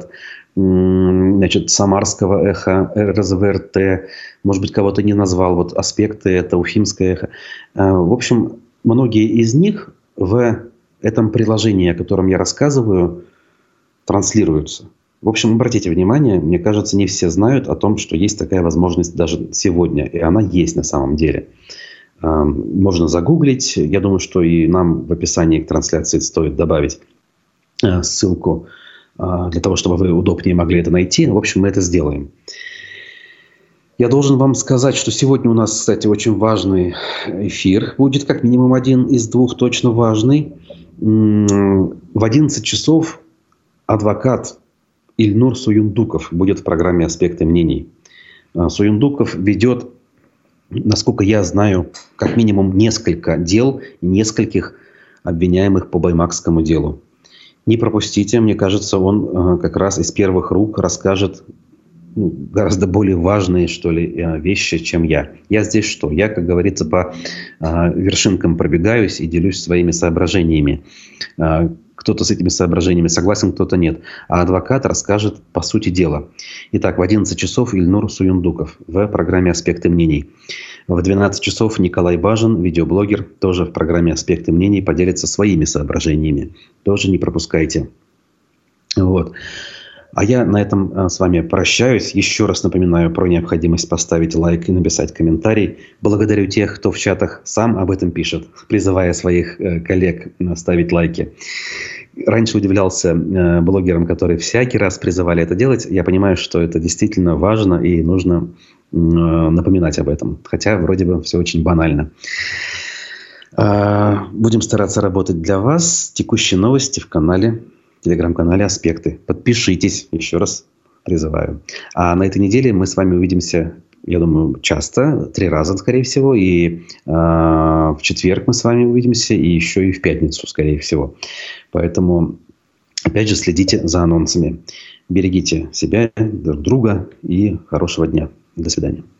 значит, Самарского эхо, РЗВРТ, может быть, кого-то не назвал, вот «Аспекты» — это Уфимское эхо. В общем, многие из них в этом приложении, о котором я рассказываю, транслируются. В общем, обратите внимание, мне кажется, не все знают о том, что есть такая возможность даже сегодня, и она есть на самом деле. Можно загуглить. Я думаю, что и нам в описании к трансляции стоит добавить ссылку для того, чтобы вы удобнее могли это найти. В общем, мы это сделаем. Я должен вам сказать, что сегодня у нас, кстати, очень важный эфир. Будет как минимум один из двух точно важный. В 11 часов адвокат Ильнур Суюндуков будет в программе «Аспекты мнений». Суюндуков ведет, насколько я знаю, как минимум несколько дел и нескольких обвиняемых по Баймакскому делу. Не пропустите, мне кажется, он как раз из первых рук расскажет гораздо более важные, что ли, вещи, чем я. Я здесь что? Я, как говорится, по вершинкам пробегаюсь и делюсь своими соображениями. Кто-то с этими соображениями согласен, кто-то нет. А адвокат расскажет по сути дела. Итак, в 11 часов Ильнур Суюндуков в программе «Аспекты мнений». В 12 часов Николай Бажин, видеоблогер, тоже в программе «Аспекты мнений», поделится своими соображениями. Тоже не пропускайте. Вот. А я на этом с вами прощаюсь. Еще раз напоминаю про необходимость поставить лайк и написать комментарий. Благодарю тех, кто в чатах сам об этом пишет, призывая своих коллег ставить лайки. Раньше удивлялся блогерам, которые всякий раз призывали это делать. Я понимаю, что это действительно важно и нужно напоминать об этом. Хотя вроде бы все очень банально. Будем стараться работать для вас. Текущие новости в телеграм-канале «Аспекты». Подпишитесь, еще раз призываю. А на этой неделе мы с вами увидимся, я думаю, часто, 3 раза, скорее всего. И в четверг мы с вами увидимся, и еще и в пятницу, скорее всего. Поэтому, опять же, следите за анонсами. Берегите себя, друг друга и хорошего дня. До свидания.